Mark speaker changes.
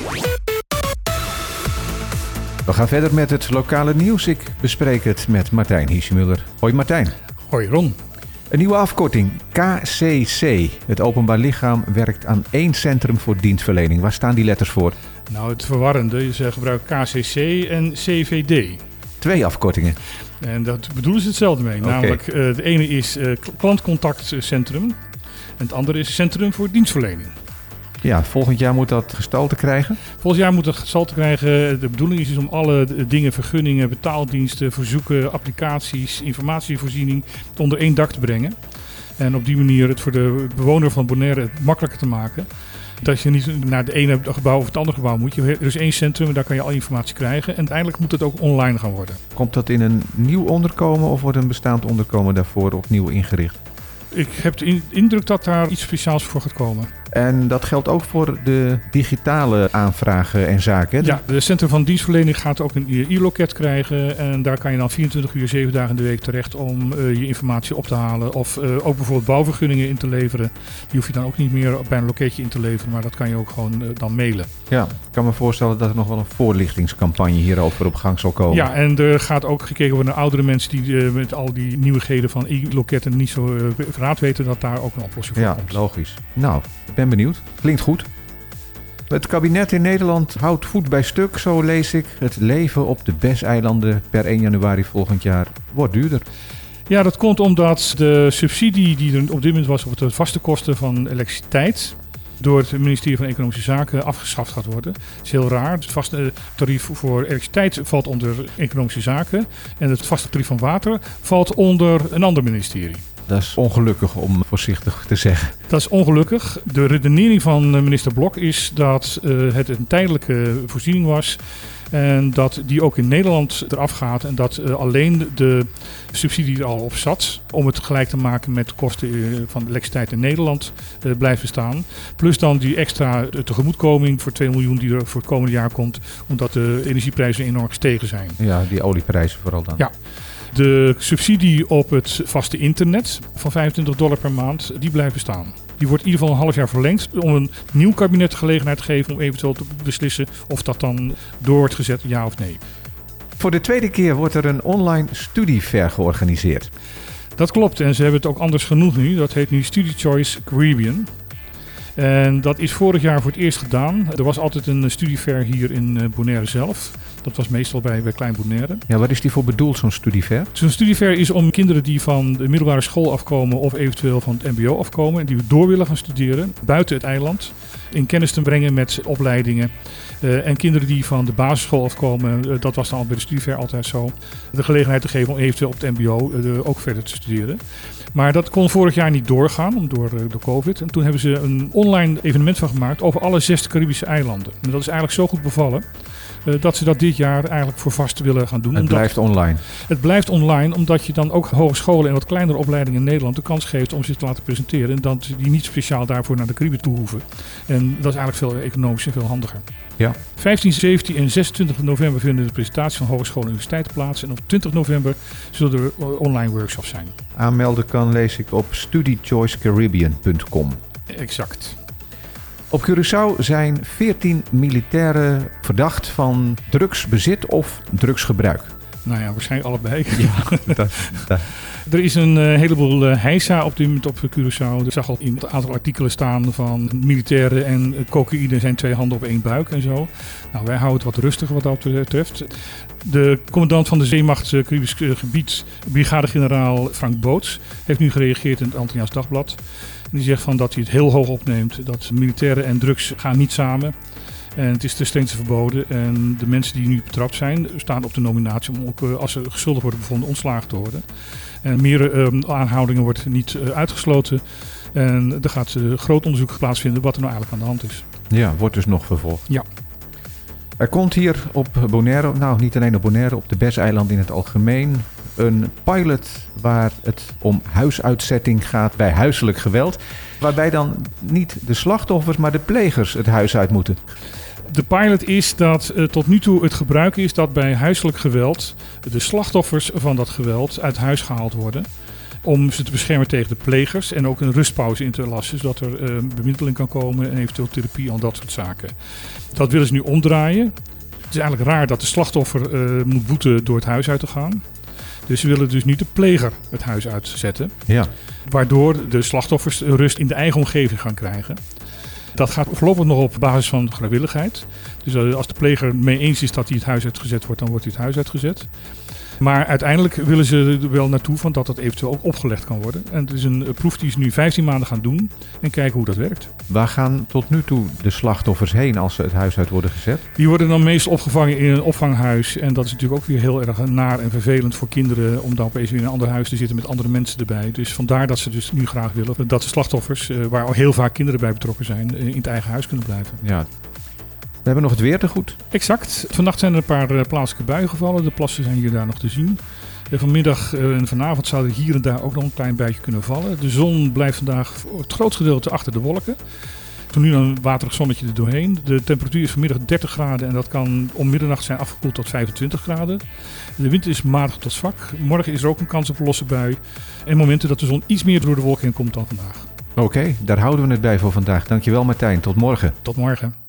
Speaker 1: We gaan verder met het lokale nieuws. Ik bespreek het met Martijn Hiesemuller. Hoi Martijn.
Speaker 2: Hoi Ron.
Speaker 1: Een nieuwe afkorting, KCC. Het openbaar lichaam werkt aan 1 centrum voor dienstverlening. Waar staan die letters voor?
Speaker 2: Nou, het verwarrende is gebruikt KCC en CVD.
Speaker 1: 2 afkortingen.
Speaker 2: En dat bedoelen ze hetzelfde mee.
Speaker 1: Okay.
Speaker 2: Namelijk, het ene is klantcontactcentrum en het andere is Centrum voor Dienstverlening.
Speaker 1: Ja, volgend jaar moet dat gestalte krijgen.
Speaker 2: Volgend jaar moet het gestalte krijgen. De bedoeling is om alle dingen, vergunningen, betaaldiensten, verzoeken, applicaties, informatievoorziening onder 1 dak te brengen. En op die manier het voor de bewoner van Bonaire het makkelijker te maken. Dat je niet naar het ene gebouw of het andere gebouw moet. Er is 1 centrum en daar kan je al informatie krijgen. En uiteindelijk moet het ook online gaan worden.
Speaker 1: Komt dat in een nieuw onderkomen of wordt een bestaand onderkomen daarvoor opnieuw ingericht?
Speaker 2: Ik heb de indruk dat daar iets speciaals voor gaat komen.
Speaker 1: En dat geldt ook voor de digitale aanvragen en zaken?
Speaker 2: Ja, de Centrum van Dienstverlening gaat ook een e-loket krijgen. En daar kan je dan 24 uur, 7 dagen in de week terecht om je informatie op te halen. Of ook bijvoorbeeld bouwvergunningen in te leveren. Die hoef je dan ook niet meer bij een loketje in te leveren, maar dat kan je ook gewoon dan mailen.
Speaker 1: Ja, ik kan me voorstellen dat er nog wel een voorlichtingscampagne hierover op gang zal komen.
Speaker 2: Ja, en er gaat ook gekeken worden naar oudere mensen die met al die nieuwigheden van e-loketten niet zo verraad weten, dat daar ook een oplossing voor komt.
Speaker 1: Ja, logisch. Nou, ik ben benieuwd. Klinkt goed. Het kabinet in Nederland houdt voet bij stuk, zo lees ik. Het leven op de BES-eilanden per 1 januari volgend jaar wordt duurder.
Speaker 2: Ja, dat komt omdat de subsidie die er op dit moment was op de vaste kosten van elektriciteit door het ministerie van Economische Zaken afgeschaft gaat worden. Dat is heel raar. Het vaste tarief voor elektriciteit valt onder Economische Zaken en het vaste tarief van water valt onder een ander ministerie.
Speaker 1: Dat is ongelukkig om voorzichtig te zeggen.
Speaker 2: Dat is ongelukkig. De redenering van minister Blok is dat het een tijdelijke voorziening was. En dat die ook in Nederland eraf gaat. En dat alleen de subsidie er al op zat. Om het gelijk te maken met de kosten van de elektriciteit in Nederland blijft bestaan. Plus dan die extra tegemoetkoming voor 2 miljoen die er voor het komende jaar komt. Omdat de energieprijzen enorm gestegen zijn.
Speaker 1: Ja, die olieprijzen vooral dan.
Speaker 2: Ja. De subsidie op het vaste internet van $25 per maand, die blijft bestaan. Die wordt in ieder geval een half jaar verlengd om een nieuw kabinet de gelegenheid te geven om eventueel te beslissen of dat dan door wordt gezet, ja of nee.
Speaker 1: Voor de 2e keer wordt er een online studiefair georganiseerd.
Speaker 2: Dat klopt en ze hebben het ook anders genoemd nu. Dat heet nu Study Choice Caribbean. En dat is vorig jaar voor het eerst gedaan. Er was altijd een studiefair hier in Bonaire zelf. Dat was meestal bij Klein Bonaire.
Speaker 1: Ja, waar is die voor bedoeld, zo'n studiefair?
Speaker 2: Zo'n studiefair is om kinderen die van de middelbare school afkomen of eventueel van het mbo afkomen en die door willen gaan studeren buiten het eiland in kennis te brengen met opleidingen. En kinderen die van de basisschool afkomen, dat was dan al bij de studiefair altijd zo, de gelegenheid te geven om eventueel op het mbo ook verder te studeren. Maar dat kon vorig jaar niet doorgaan door COVID. En toen hebben ze een online evenement van gemaakt over alle 6 Caribische eilanden. En dat is eigenlijk zo goed bevallen dat ze dat dit jaar eigenlijk voor vast willen gaan doen.
Speaker 1: Het blijft online.
Speaker 2: Het blijft online omdat je dan ook hogescholen en wat kleinere opleidingen in Nederland de kans geeft om zich te laten presenteren. En dat die niet speciaal daarvoor naar de Cariben toe hoeven. En dat is eigenlijk veel economisch en veel handiger.
Speaker 1: Ja.
Speaker 2: 15, 17 en 26 november vinden de presentaties van hogescholen en universiteiten plaats. En op 20 november zullen er online workshops zijn.
Speaker 1: Aanmelden kan, lees ik, op studychoicecaribbean.com.
Speaker 2: Exact.
Speaker 1: Op Curaçao zijn 14 militairen verdacht van drugsbezit of drugsgebruik.
Speaker 2: Nou ja, waarschijnlijk allebei.
Speaker 1: Ja,
Speaker 2: Er is een heleboel heisa op dit moment op Curaçao. Ik zag al in het aantal artikelen staan van militairen en cocaïne zijn 2 handen op 1 buik en zo. Nou, wij houden het wat rustiger wat dat betreft. De commandant van de Zeemacht Caribisch Gebied, brigadegeneraal Frank Boots, heeft nu gereageerd in het Antilliaans Dagblad. En die zegt van dat hij het heel hoog opneemt. Dat militairen en drugs gaan niet samen. En het is ten strengste verboden. En de mensen die nu betrapt zijn, staan op de nominatie om ook als ze geschuldigd worden bevonden ontslagen te worden. En meer aanhoudingen wordt niet uitgesloten. En er gaat groot onderzoek plaatsvinden wat er nou eigenlijk aan de hand is.
Speaker 1: Ja, wordt dus nog vervolgd.
Speaker 2: Ja.
Speaker 1: Er komt hier op Bonaire, nou niet alleen op Bonaire, op de BES-eilanden in het algemeen, een pilot waar het om huisuitzetting gaat bij huiselijk geweld. Waarbij dan niet de slachtoffers, maar de plegers het huis uit moeten.
Speaker 2: De pilot is dat tot nu toe het gebruik is dat bij huiselijk geweld de slachtoffers van dat geweld uit huis gehaald worden. om ze te beschermen tegen de plegers en ook een rustpauze in te lassen, zodat er bemiddeling kan komen en eventueel therapie, al dat soort zaken. Dat willen ze nu omdraaien. Het is eigenlijk raar dat de slachtoffer moet boeten door het huis uit te gaan. Dus ze willen dus niet de pleger het huis uitzetten.
Speaker 1: Ja.
Speaker 2: Waardoor de slachtoffers rust in de eigen omgeving gaan krijgen. Dat gaat voorlopig nog op basis van vrijwilligheid. Dus als de pleger mee eens is dat hij het huis uitgezet wordt, dan wordt hij het huis uitgezet. Maar uiteindelijk willen ze er wel naartoe van dat dat eventueel ook opgelegd kan worden. En het is een proef die ze nu 15 maanden gaan doen en kijken hoe dat werkt.
Speaker 1: Waar gaan tot nu toe de slachtoffers heen als ze het huis uit worden gezet?
Speaker 2: Die worden dan meestal opgevangen in een opvanghuis. En dat is natuurlijk ook weer heel erg naar en vervelend voor kinderen om dan opeens weer in een ander huis te zitten met andere mensen erbij. Dus vandaar dat ze dus nu graag willen dat de slachtoffers, waar al heel vaak kinderen bij betrokken zijn, in het eigen huis kunnen blijven.
Speaker 1: Ja. We hebben nog het weer te goed.
Speaker 2: Exact. Vannacht zijn er een paar plaatselijke buien gevallen. De plassen zijn hier daar nog te zien. Vanmiddag en vanavond zou er hier en daar ook nog een klein buitje kunnen vallen. De zon blijft vandaag voor het grootste gedeelte achter de wolken. Toen nu een waterig zonnetje er doorheen. De temperatuur is vanmiddag 30 graden en dat kan om middernacht zijn afgekoeld tot 25 graden. De wind is matig tot zwak. Morgen is er ook een kans op een losse bui. En momenten dat de zon iets meer door de wolken heen komt dan vandaag.
Speaker 1: Oké, daar houden we het bij voor vandaag. Dankjewel Martijn, tot morgen.
Speaker 2: Tot morgen.